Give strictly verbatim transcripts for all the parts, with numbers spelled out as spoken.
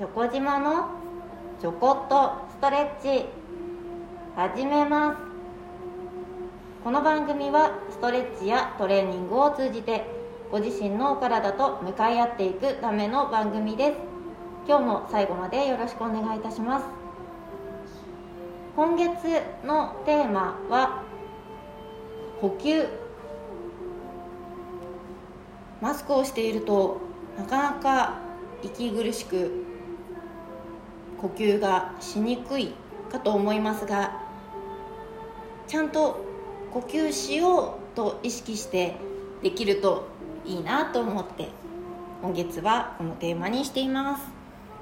チョコ島のちょこっとストレッチ始めます。この番組はストレッチやトレーニングを通じてご自身のお体と向かい合っていくための番組です。今日も最後までよろしくお願いいたします。今月のテーマは呼吸。マスクをしているとなかなか息苦しく呼吸がしにくいかと思いますが、ちゃんと呼吸しようと意識してできるといいなと思って今月はこのテーマにしています。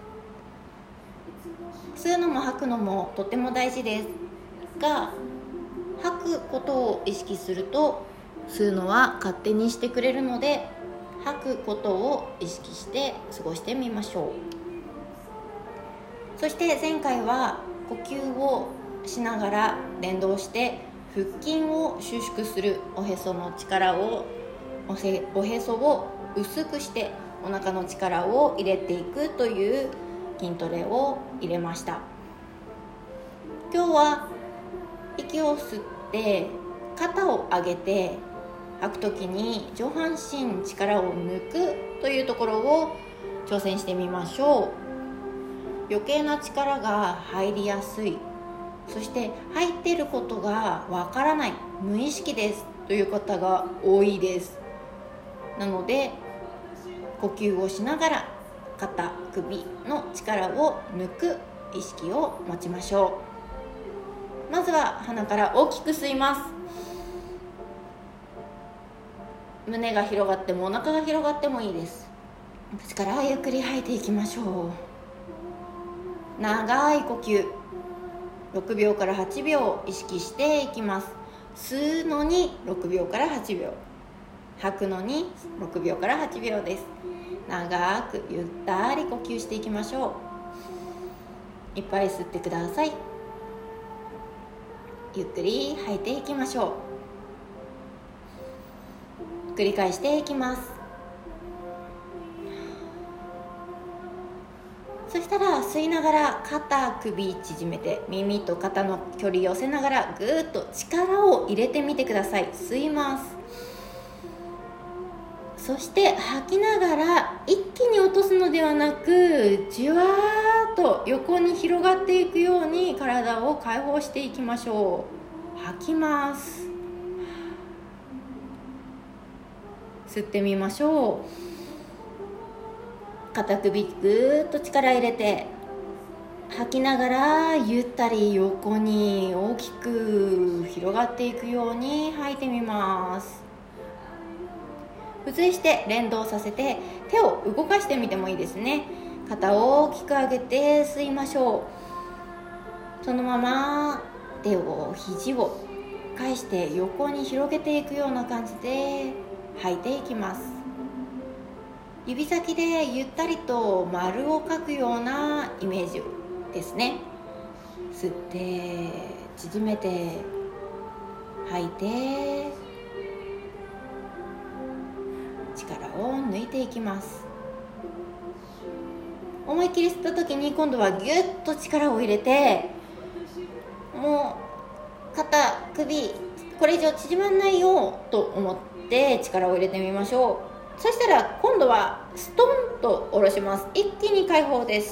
吸うのも吐くのもとても大事ですが、吐くことを意識すると吸うのは勝手にしてくれるので、吐くことを意識して過ごしてみましょう。そして前回は呼吸をしながら連動して腹筋を収縮するおへその力をおへ、おへそを薄くしてお腹の力を入れていくという筋トレを入れました。今日は息を吸って肩を上げて吐くときに上半身力を抜くというところを挑戦してみましょう。余計な力が入りやすい、そして入っていることがわからない、無意識ですという方が多いです。なので呼吸をしながら肩、首の力を抜く意識を持ちましょう。まずは鼻から大きく吸います。胸が広がってもお腹が広がってもいいです。口からゆっくり吐いていきましょう。長い呼吸ろくびょうからはちびょう意識していきます。吸うのにろくびょうからはちびょう、吐くのにろくびょうからはちびょうです。長くゆったり呼吸していきましょう。いっぱい吸ってください。ゆっくり吐いていきましょう。繰り返していきます。そしたら吸いながら肩、首縮めて耳と肩の距離寄せながらぐーっと力を入れてみてください。吸います。そして吐きながら一気に落とすのではなく、じわーっと横に広がっていくように体を解放していきましょう。吐きます。吸ってみましょう。肩首ぐーっと力入れて吐きながらゆったり横に大きく広がっていくように吐いてみます。付随して連動させて手を動かしてみてもいいですね。肩を大きく上げて吸いましょう。そのまま手を肘を返して横に広げていくような感じで吐いていきます。指先でゆったりと丸を描くようなイメージですね。吸って縮めて吐いて力を抜いていきます。思いっきり吸った時に今度はギュッと力を入れて、もう肩、首これ以上縮まんないよと思って力を入れてみましょう。そしたら今度はストンと下ろします。一気に解放です。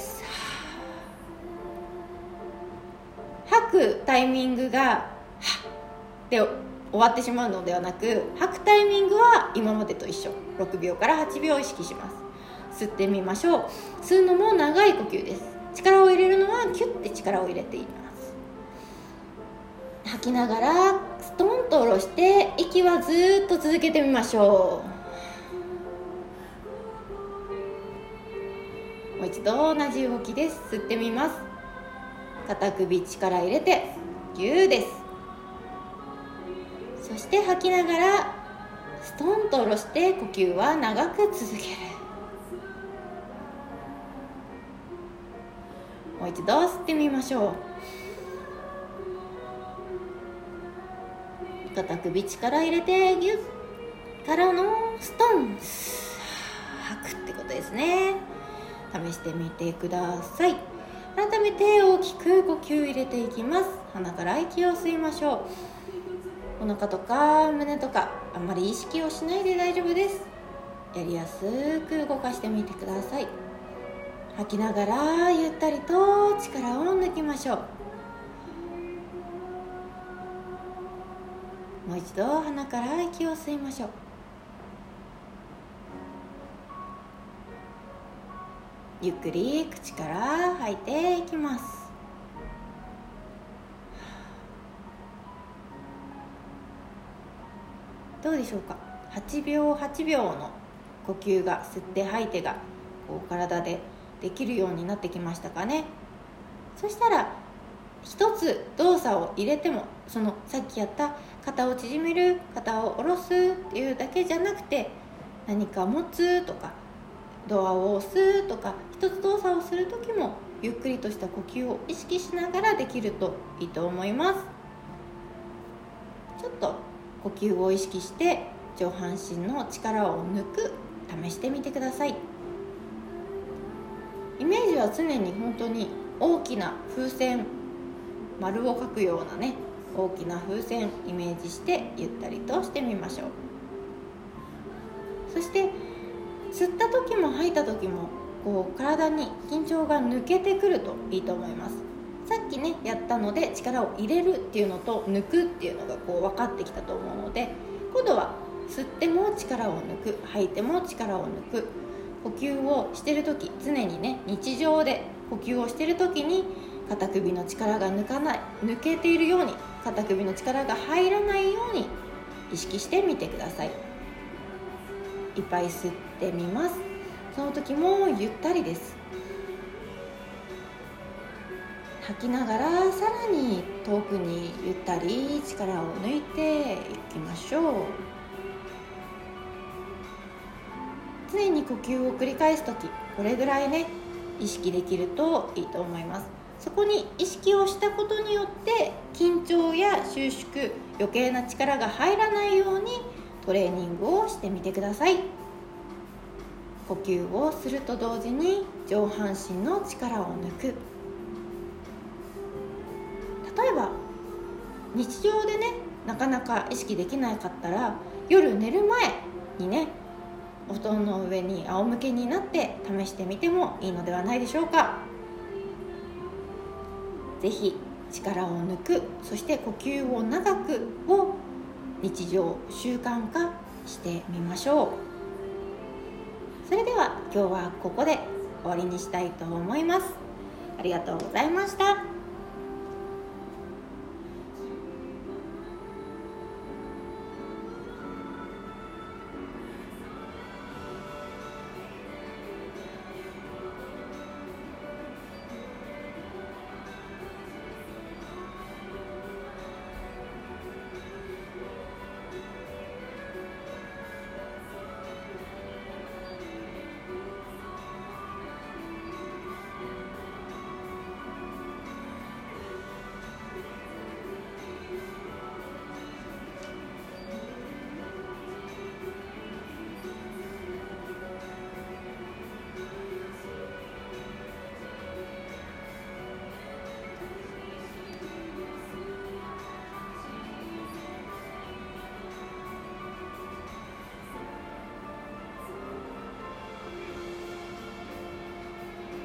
吐くタイミングがはっで終わってしまうのではなく、吐くタイミングは今までと一緒、ろくびょうからはちびょう意識します。吸ってみましょう。吸うのも長い呼吸です。力を入れるのはキュッて力を入れています。吐きながらストンと下ろして息はずっと続けてみましょう。もう一度同じ動きです。吸ってみます。肩首力入れてギューです。そして吐きながらストンと下ろして呼吸は長く続ける。もう一度吸ってみましょう。肩首力入れてギュッからのストン、吐くってことですね。 試してみてください。改めて大きく呼吸入れていきます。鼻から息を吸いましょう。お腹とか胸とかあんまり意識をしないで大丈夫です。やりやすく動かしてみてください。吐きながらゆったりと力を抜きましょう。もう一度鼻から息を吸いましょう。ゆっくり口から吐いていきます。どうでしょうか。はちびょうはちびょうの呼吸が、吸って吐いてがこう体でできるようになってきましたかね。そしたら一つ動作を入れても、そのさっきやった肩を縮める、肩を下ろすっていうだけじゃなくて、何か持つとかドアを押すとか、一つ動作をするときもゆっくりとした呼吸を意識しながらできるといいと思います。ちょっと呼吸を意識して上半身の力を抜く、試してみてください。イメージは常に本当に大きな風船、丸を描くようなね、大きな風船イメージしてゆったりとしてみましょう。そして吸った時も吐いた時もこう体に緊張が抜けてくるといいと思います。さっきねやったので力を入れるっていうのと抜くっていうのがこう分かってきたと思うので、今度は吸っても力を抜く、吐いても力を抜く、呼吸をしている時、常にね日常で呼吸をしている時に肩首の力が抜かない、抜けているように、肩首の力が入らないように意識してみてください。いっぱい吸ってみます。その時もゆったりです。吐きながらさらに遠くにゆったり力を抜いていきましょう。常に呼吸を繰り返す時、これぐらいね意識できるといいと思います。そこに意識をしたことによって緊張や収縮、余計な力が入らないようにトレーニングをしてみてください。呼吸をすると同時に上半身の力を抜く。例えば日常でねなかなか意識できなかったら、夜寝る前にねお布団の上に仰向けになって試してみてもいいのではないでしょうか。ぜひ力を抜く、そして呼吸を長くを日常習慣化してみましょう。それでは今日はここで終わりにしたいと思います。ありがとうございました。